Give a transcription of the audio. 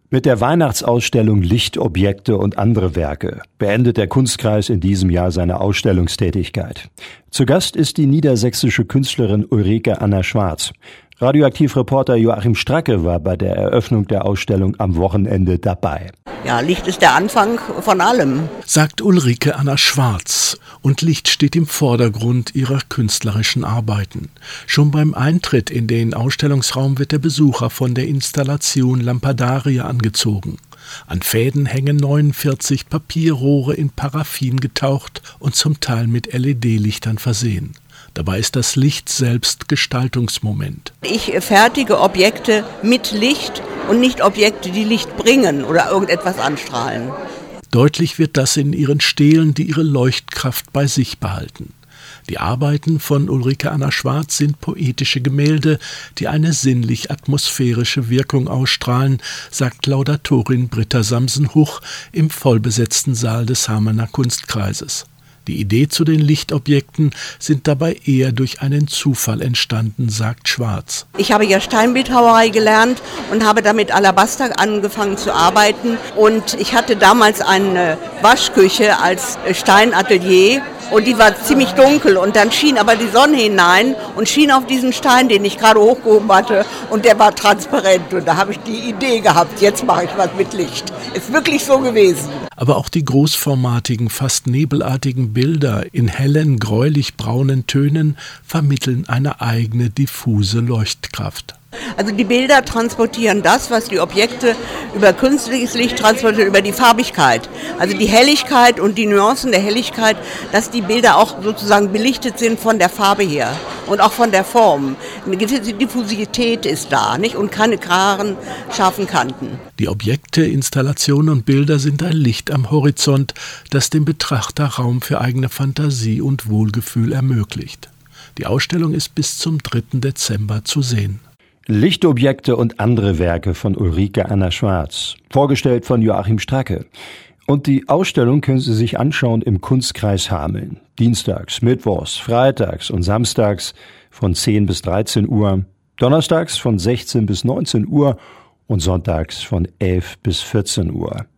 Mit der Weihnachtsausstellung Lichtobjekte und andere Werke beendet der Kunstkreis in diesem Jahr seine Ausstellungstätigkeit. Zu Gast ist die niedersächsische Künstlerin Ulrike Anna Schwarz. Radioaktivreporter Joachim Stracke war bei der Eröffnung der Ausstellung am Wochenende dabei. Ja, Licht ist der Anfang von allem, sagt Ulrike Anna Schwarz. Und Licht steht im Vordergrund ihrer künstlerischen Arbeiten. Schon beim Eintritt in den Ausstellungsraum wird der Besucher von der Installation Lampadaria angezogen. An Fäden hängen 49 Papierrohre in Paraffin getaucht und zum Teil mit LED-Lichtern versehen. Dabei ist das Licht selbst Gestaltungsmoment. Ich fertige Objekte mit Licht und nicht Objekte, die Licht bringen oder irgendetwas anstrahlen. Deutlich wird das in ihren Stelen, die ihre Leuchtkraft bei sich behalten. Die Arbeiten von Ulrike Anna Schwarz sind poetische Gemälde, die eine sinnlich-atmosphärische Wirkung ausstrahlen, sagt Laudatorin Britta Samsen-Huch im vollbesetzten Saal des Hamelner Kunstkreises. Die Idee zu den Lichtobjekten sind dabei eher durch einen Zufall entstanden, sagt Schwarz. Ich habe ja Steinbildhauerei gelernt und habe damit Alabaster angefangen zu arbeiten. Und ich hatte damals eine Waschküche als Steinatelier. Und die war ziemlich dunkel und dann schien aber die Sonne hinein und schien auf diesen Stein, den ich gerade hochgehoben hatte, und der war transparent. Und da habe ich die Idee gehabt, jetzt mache ich was mit Licht. Ist wirklich so gewesen. Aber auch die großformatigen, fast nebelartigen Bilder in hellen, gräulich-braunen Tönen vermitteln eine eigene, diffuse Leuchtkraft. Also die Bilder transportieren das, was die Objekte über künstliches Licht transportieren, über die Farbigkeit. Also die Helligkeit und die Nuancen der Helligkeit, dass die Bilder auch sozusagen belichtet sind von der Farbe her und auch von der Form. Eine gewisse Diffusität ist da, nicht? Und keine klaren, scharfen Kanten. Die Objekte, Installationen und Bilder sind ein Licht am Horizont, das dem Betrachter Raum für eigene Fantasie und Wohlgefühl ermöglicht. Die Ausstellung ist bis zum 3. Dezember zu sehen. Lichtobjekte und andere Werke von Ulrike Anna Schwarz, vorgestellt von Joachim Stracke. Und die Ausstellung können Sie sich anschauen im Kunstkreis Hameln. Dienstags, mittwochs, freitags und samstags von 10 bis 13 Uhr, donnerstags von 16 bis 19 Uhr und sonntags von 11 bis 14 Uhr.